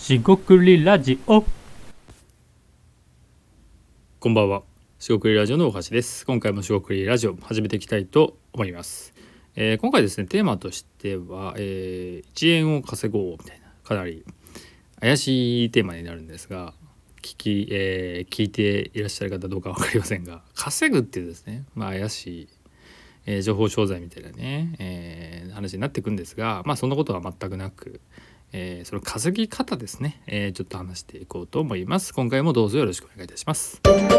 しごくりラジオ。 こんばんは。しごくりラジオの大橋です。今回もしごくりラジオ始めていきたいと思います。今回ですね、テーマとしては、1円を稼ごうみたいなかなり怪しいテーマになるんですが、聞いていらっしゃる方どうか分かりませんが、稼ぐっていうですね、怪しい、情報商材みたいなね、話になっていくんですが、そんなことは全くなく、その稼ぎ方ですね、ちょっと話していこうと思います。今回もどうぞよろしくお願いいたします。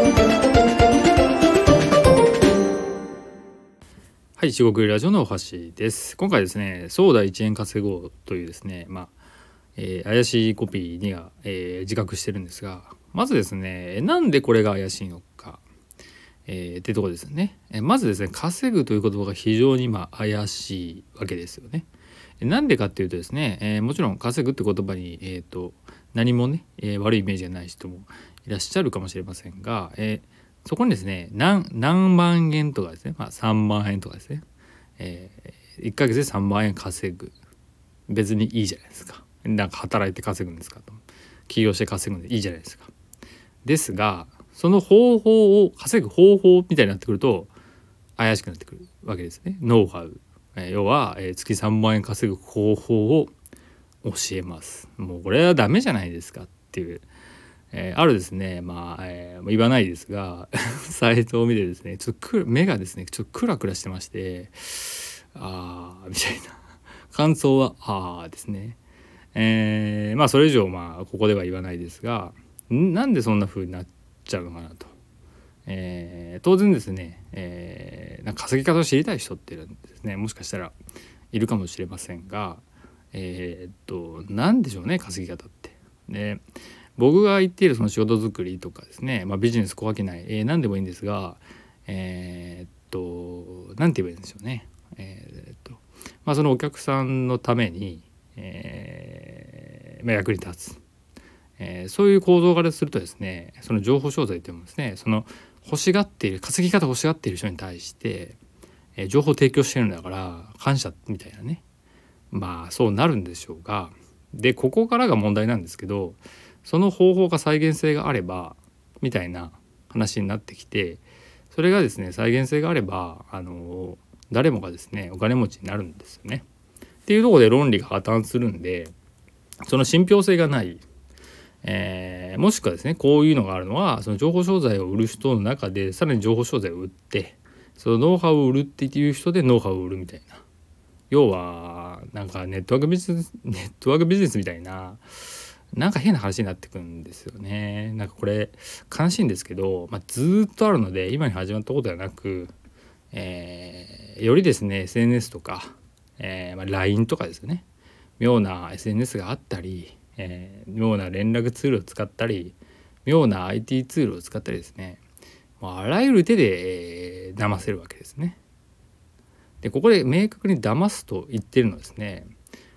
はい、四国ラジオの大橋です。今回ですね、ソーダ1円稼ごうというですね、怪しいコピーには、自覚してるんですが、まずですね、なんでこれが怪しいのか、ってところですよね。まずですね、稼ぐという言葉が非常に怪しいわけですよね。なんでかっていうとですね、もちろん稼ぐって言葉に、何もね、悪いイメージがない人もいらっしゃるかもしれませんが、そこにですね、何万円とかですね、3万円とかですね、1ヶ月で3万円稼ぐ、別にいいじゃないですか。なんか働いて稼ぐんですかと、起業して稼ぐんでいいじゃないですか。ですが、その稼ぐ方法みたいになってくると怪しくなってくるわけですね。ノウハウ、要は、月3万円稼ぐ方法を教えます。もうこれはダメじゃないですかっていう、あるですね、言わないですがサイトを見てですね、ちょっと目がですねちょっとクラクラしてまして、みたいな感想はですね。それ以上ここでは言わないですが、なんでそんな風になっちゃうのかなと。当然ですね、なんか稼ぎ方を知りたい人っていうのはですね、もしかしたらいるかもしれませんが、なんでしょうね、稼ぎ方って。で、僕が言っているその仕事作りとかですね、ビジネス小商い、何でもいいんですが、なんて言えばいいんでしょうね。そのお客さんのために、役に立つ。そういう構造からするとですね、その情報商材というのもですね、その稼ぎ方を欲しがっている人に対して、情報を提供してるんだから感謝みたいなね、そうなるんでしょうが、でここからが問題なんですけど、その方法が再現性があればみたいな話になってきて、それがですね再現性があれば誰もがですねお金持ちになるんですよねっていうところで論理が破綻するんで、その信憑性がない、もしくはですね、こういうのがあるのは、その情報商材を売る人の中でさらに情報商材を売って、そのノウハウを売るっていう人でノウハウを売るみたいな、要はなんかネットワークビジネスみたいな、なんか変な話になってくるんですよね。なんかこれ悲しいんですけど、ずっとあるので今に始まったことではなく、よりですね SNS とか、LINE とかですね、妙な SNS があったり、妙な連絡ツールを使ったり、妙な IT ツールを使ったりですね、あらゆる手で、騙せるわけですね。でここで明確に騙すと言ってるのはですね、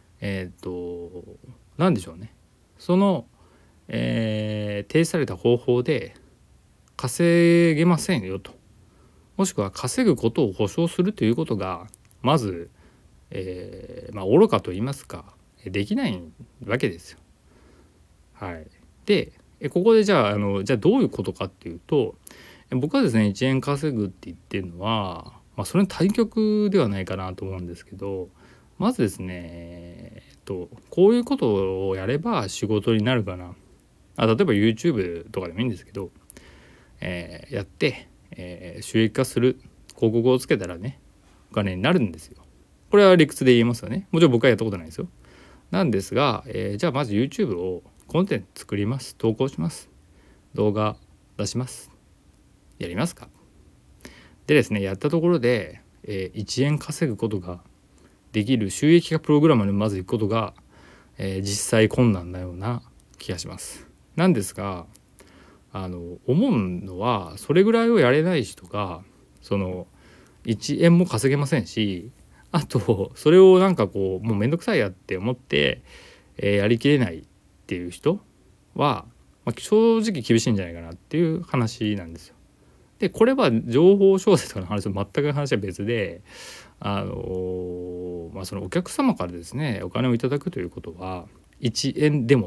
何でしょうね、その、提示された方法で稼げませんよと、もしくは稼ぐことを保証するということがまず、愚かと言いますかできないわけですよ。はい、でここでじゃあどういうことかっていうと、僕はですね1円稼ぐって言ってるのは、それの対極ではないかなと思うんですけど、まずですね、こういうことをやれば仕事になるかな、例えば YouTube とかでもいいんですけど、やって、収益化する、広告をつけたらねお金になるんですよ。これは理屈で言えますよね。もちろん僕はやったことないですよ。なんですが、じゃあまず YouTube をコンテンツ作ります、投稿します、動画出します、やりますか。でですね、やったところで、1円稼ぐことができる収益化プログラムにまず行くことが、実際困難なような気がします。なんですが、思うのは、それぐらいをやれない人がその1円も稼げませんし、あとそれをなんかこうもうめんどくさいやって思って、やりきれないっていう人は、正直厳しいんじゃないかなっていう話なんですよ。でこれは情報商材とかの話と全く話は別で、そのお客様からですねお金をいただくということは1円でも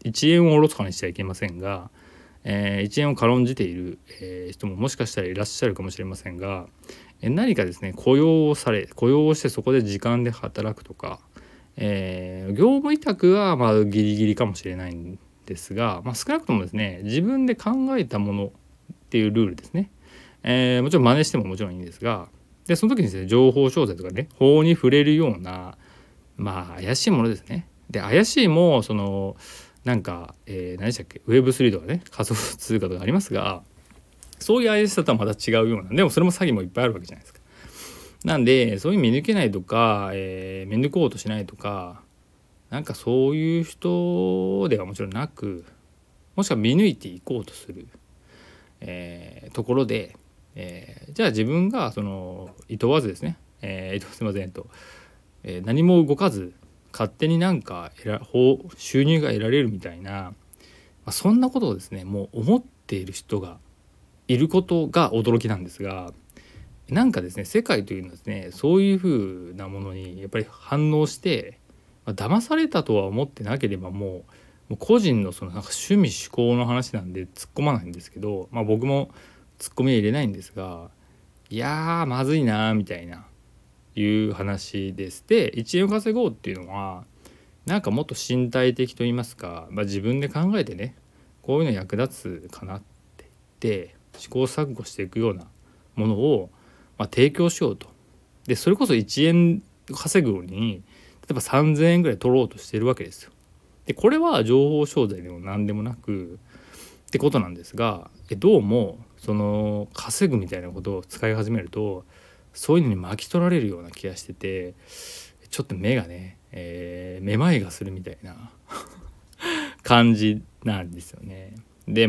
1円をおろそかにしちゃいけませんが、1円を軽んじている、人ももしかしたらいらっしゃるかもしれませんが、何かですね雇用をしてそこで時間で働くとか、業務委託はまあギリギリかもしれないんですが、少なくともですね自分で考えたものっていうルールですね、もちろん真似してももちろんいいんですが、でその時にですね情報商材とかね法に触れるような怪しいものですね。で怪しいもその何でしたっけ、 Web3 とかね仮想通貨とかありますが、そういう怪しさとはまた違うような、でもそれも詐欺もいっぱいあるわけじゃないですか。なんでそういう見抜けないとか、見抜こうとしないとか、そういう人ではもちろんなく、もしくは見抜いていこうとする、ところで、じゃあ自分がいとわずですね、すいません何も動かず勝手に収入が得られるみたいな、そんなことをですねもう思っている人がいることが驚きなんですが、ですね世界というのはですねそういうふうなものにやっぱり反応して、騙されたとは思ってなければもう個人の趣味嗜好の話なんで突っ込まないんですけど、僕も突っ込みは入れないんですが、いやーまずいなみたいないう話です。で1円を稼ごうっていうのはもっと身体的といいますか、自分で考えてねこういうの役立つかなって言って試行錯誤していくようなものを、提供しようと。でそれこそ1円稼ぐのに例えば3000円ぐらい取ろうとしてるわけですよ。でこれは情報商材でも何でもなくってことなんですが、どうも稼ぐみたいなことを使い始めるとそういうのに巻き取られるような気がしてて、ちょっと目がね、めまいがするみたいな感じなんですよね。で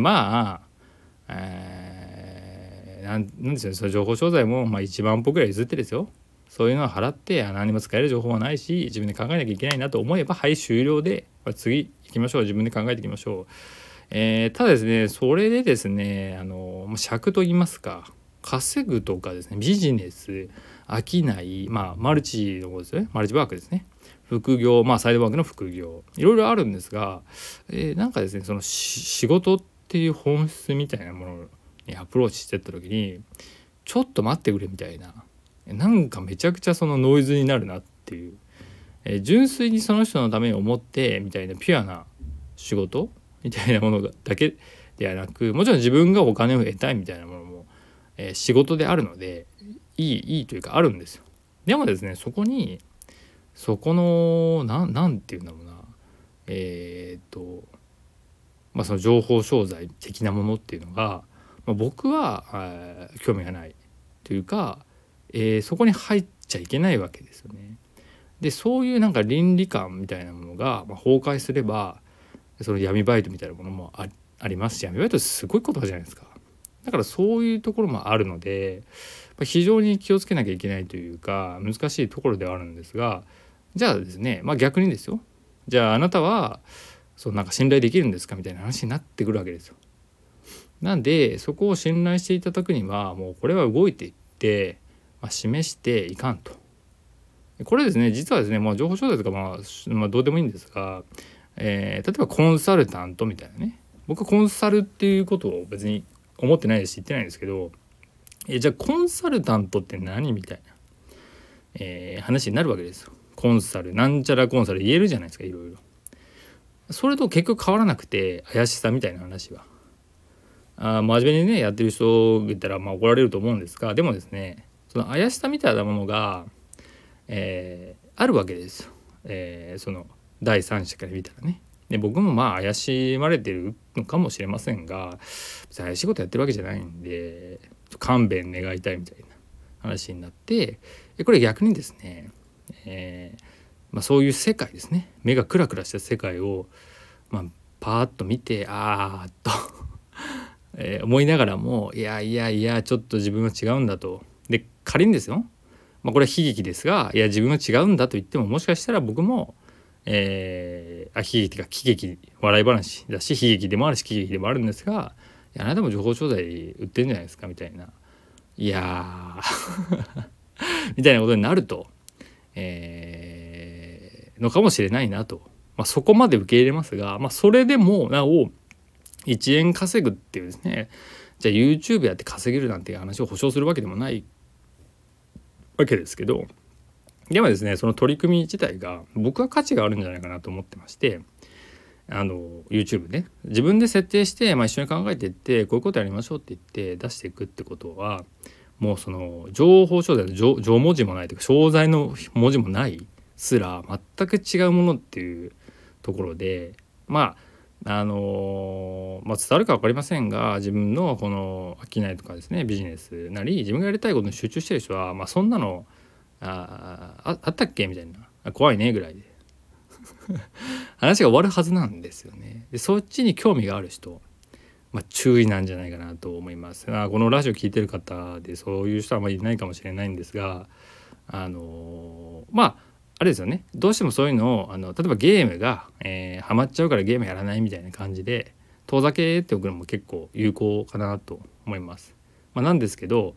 なんですよね、その情報商材も1万歩ぐらい譲ってですよ、そういうのを払って何も使える情報はないし自分で考えなきゃいけないなと思えばはい終了で、次行きましょう、自分で考えていきましょう。ただですねそれでですね尺と言いますか稼ぐとかですねビジネス商いマルチのことですよね、マルチワークですね、副業サイドワークの副業いろいろあるんですが、ですねその仕事っていう本質みたいなものにアプローチしてった時にちょっと待ってくれみたいな、めちゃくちゃそのノイズになるなっていう、純粋にその人のために思ってみたいなピュアな仕事みたいなものだけではなく、もちろん自分がお金を得たいみたいなものも、仕事であるのでいいというかあるんですよ。でもですねそこのなんていうんだろうなその情報商材的なものっていうのが、僕は興味がないというか、そこに入っちゃいけないわけですよね。でそういう倫理観みたいなものが、崩壊すればその闇バイトみたいなものもありますし、闇バイトすごい言葉じゃないですか。だからそういうところもあるので非常に気をつけなきゃいけないというか難しいところではあるんですが、じゃあですね逆にですよ、じゃああなたは信頼できるんですかみたいな話になってくるわけですよ。なんでそこを信頼していただくにはもうこれは動いていって、示していかんと。これですね実はですね情報商材とかどうでもいいんですが、例えばコンサルタントみたいなね、僕はコンサルっていうことを別に思ってないですし言ってないんですけど、じゃあコンサルタントって何みたいな、話になるわけですよ。コンサルなんちゃらコンサル言えるじゃないですか、いろいろ。それと結局変わらなくて怪しさみたいな話は真面目にねやってる人がいたら怒られると思うんですが、でもですねその怪しさみたいなものが、あるわけですよ、その第三者から見たらね。で僕も怪しまれてるのかもしれませんが怪しいことやってるわけじゃないんで勘弁願いたいみたいな話になって、これ逆にですね、そういう世界ですね、目がクラクラした世界を、パーッと見て思いながらもいやちょっと自分は違うんだと。で仮にですよ、これは悲劇ですが自分は違うんだと言ってももしかしたら僕も悲劇というか喜劇笑い話だし悲劇でもあるし喜劇でもあるんですが、あなたも情報商材売ってるんじゃないですかみたいな、みたいなことになると、のかもしれないなとそこまで受け入れますが、それでもなお1円稼ぐっていうですね、じゃあ YouTube やって稼げるなんていう話を保証するわけでもないわけですけど、でもですね、その取り組み自体が僕は価値があるんじゃないかなと思ってまして、YouTube ね、自分で設定して、一緒に考えていって、こういうことやりましょうって言って出していくってことは、もうその情報商材の情文字もないというか商材の文字もないすら全く違うものっていうところで、伝わるか分かりませんが、自分のこの商いとかですね、ビジネスなり自分がやりたいことに集中してる人は、そんなのあったっけみたいな、怖いねぐらいで話が終わるはずなんですよね。でそっちに興味がある人、注意なんじゃないかなと思います。このラジオ聞いてる方でそういう人はあまりいないかもしれないんですが、あれですよね、どうしてもそういうのを例えばゲームが、ハマっちゃうからゲームやらないみたいな感じで遠ざけっておくのも結構有効かなと思います。なんですけど、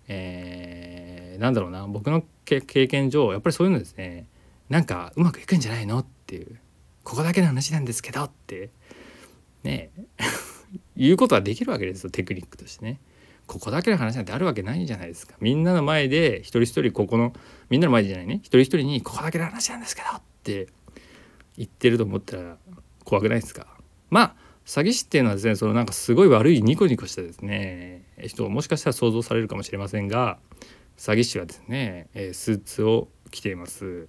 僕の経験上やっぱりそういうのですね、なんかうまくいくんじゃないのっていう、ここだけの話なんですけどってね言うことはできるわけですよ、テクニックとしてね。ここだけの話なんてあるわけないじゃないですか。みんなの前で一人一人、みんなの前でじゃないね、一人一人にここだけの話なんですけどって言ってると思ったら怖くないですか。詐欺師っていうのはですね、そのなんかすごい悪いニコニコしたですね人をもしかしたら想像されるかもしれませんが、詐欺師はですね、スーツを着ています。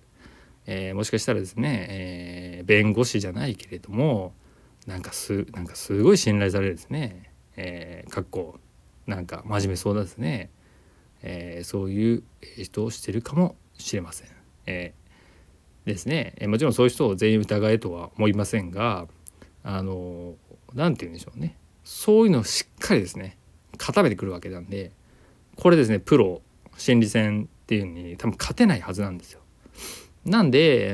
もしかしたらですね、弁護士じゃないけれどもなんかすごい信頼されるですね、かっこなんか真面目そうですね、そういう人をしてるかもしれません。ですね、もちろんそういう人を全員疑えとは思いませんが、なんて言うんでしょうね、そういうのをしっかりですね固めてくるわけなんで、これですねプロ心理戦っていうのに多分勝てないはずなんですよ。なんで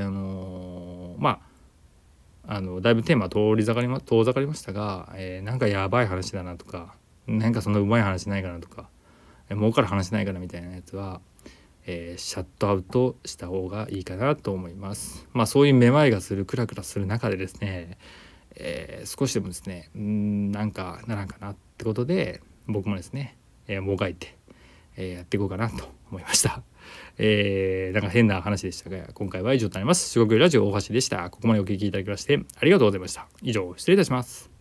だいぶテーマ遠ざかりましたが、なんかやばい話だなとか、なんかそんなうまい話ないかなとか、儲かる話ないかなみたいなやつは、シャットアウトした方がいいかなと思います。そういうめまいがするクラクラする中でですね、少しでもですねなんかならんかなってことで僕もですね、もがいて、やっていこうかなと思いました。なんか変な話でしたが、今回は以上となります。四国ラジオ大橋でした。ここまでお聞きいただきましてありがとうございました。以上、失礼いたします。